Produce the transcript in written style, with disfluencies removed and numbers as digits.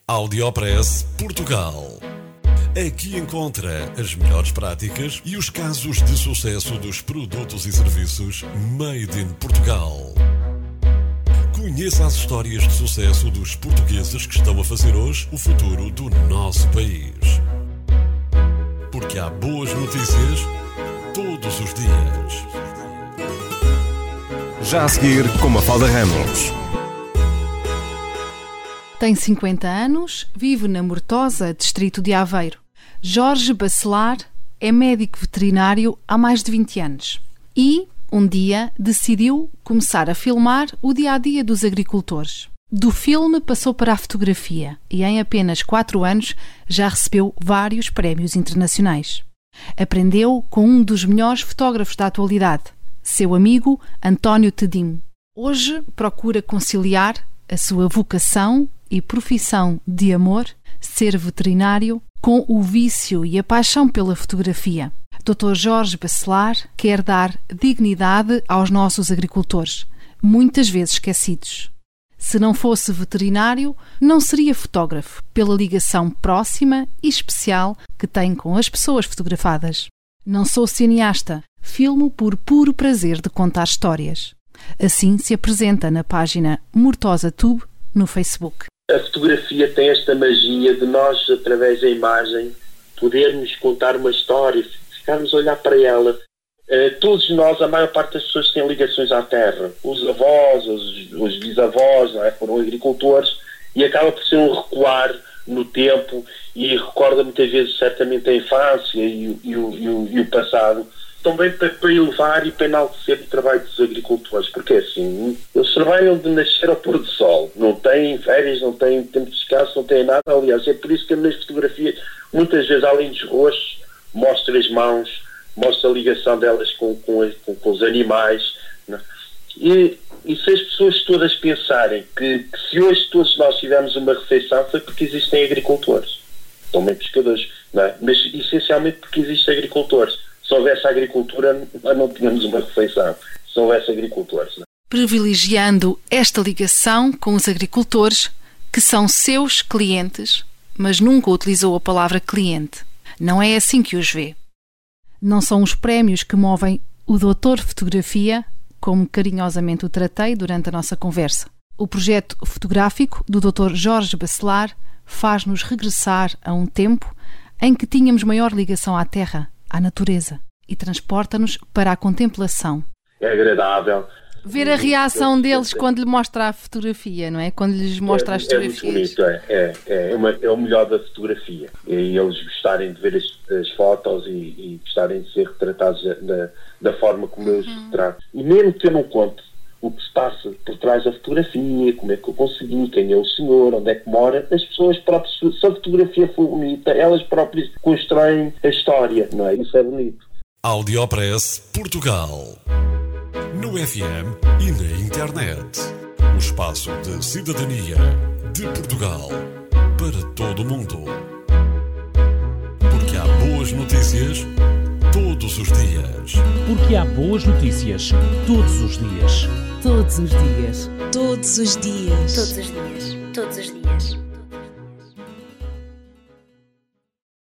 Audiopress Portugal. Aqui encontra as melhores práticas e os casos de sucesso dos produtos e serviços Made in Portugal. Conheça as histórias de sucesso dos portugueses que estão a fazer hoje o futuro do nosso país. Porque há boas notícias todos os dias. Já a seguir, com Mafalda Ramos. Tem 50 anos, vive na Mortosa, distrito de Aveiro. Jorge Bacelar é médico veterinário há mais de 20 anos. E, um dia, decidiu começar a filmar o dia-a-dia dos agricultores. Do filme passou para a fotografia e em apenas 4 anos já recebeu vários prémios internacionais. Aprendeu com um dos melhores fotógrafos da atualidade, seu amigo António Tedim. Hoje procura conciliar a sua vocação e profissão de amor, ser veterinário, com o vício e a paixão pela fotografia. Dr. Jorge Bacelar quer dar dignidade aos nossos agricultores, muitas vezes esquecidos. Se não fosse veterinário, não seria fotógrafo, pela ligação próxima e especial que tem com as pessoas fotografadas. Não sou cineasta, filmo por puro prazer de contar histórias. Assim se apresenta na página Mortosa Tube no Facebook. A fotografia tem esta magia de nós, através da imagem, podermos contar uma história, ficarmos a olhar para ela. Todos nós, a maior parte das pessoas têm ligações à terra. Os avós, os bisavós, não é? Foram agricultores e acaba por ser um recuar no tempo e recorda muitas vezes certamente a infância e o passado. Também para elevar e para enaltecer o trabalho dos agricultores, porque assim, eles trabalham de nascer ao pôr do sol, não têm férias, não têm tempo de descanso, não têm nada. Aliás, é por isso que nas fotografias, muitas vezes, além dos rostos, mostra as mãos, mostra a ligação delas com os animais, né? E se as pessoas todas pensarem que se hoje todos nós tivermos uma refeição, foi porque existem agricultores, também pescadores, não é? Mas essencialmente porque existem agricultores. Se houvesse agricultura, não tínhamos uma refeição. Se houvesse agricultores. Não? Privilegiando esta ligação com os agricultores, que são seus clientes, mas nunca utilizou a palavra cliente. Não é assim que os vê. Não são os prémios que movem o doutor Fotografia, como carinhosamente o tratei durante a nossa conversa. O projeto fotográfico do Dr. Jorge Bacelar faz-nos regressar a um tempo em que tínhamos maior ligação à terra, à natureza, e transporta-nos para a contemplação. É agradável. Ver a reação deles quando lhe mostra a fotografia, não é? Quando lhes mostra as fotografias. É muito bonito, é o melhor da fotografia. E eles gostarem de ver as fotos e gostarem de ser retratados da forma como eu os retrato. E mesmo que eu não conte o que se passa por trás da fotografia, como é que eu consegui, quem é o senhor, onde é que mora, as pessoas próprias, se a fotografia for bonita, elas próprias constroem a história, não é? Isso é bonito. Audiopress Portugal. No FM e na internet. O espaço de cidadania de Portugal para todo o mundo. Porque há boas notícias todos os dias. Porque há boas notícias todos os dias. Todos os dias. Todos os dias. Todos os dias. Todos os dias.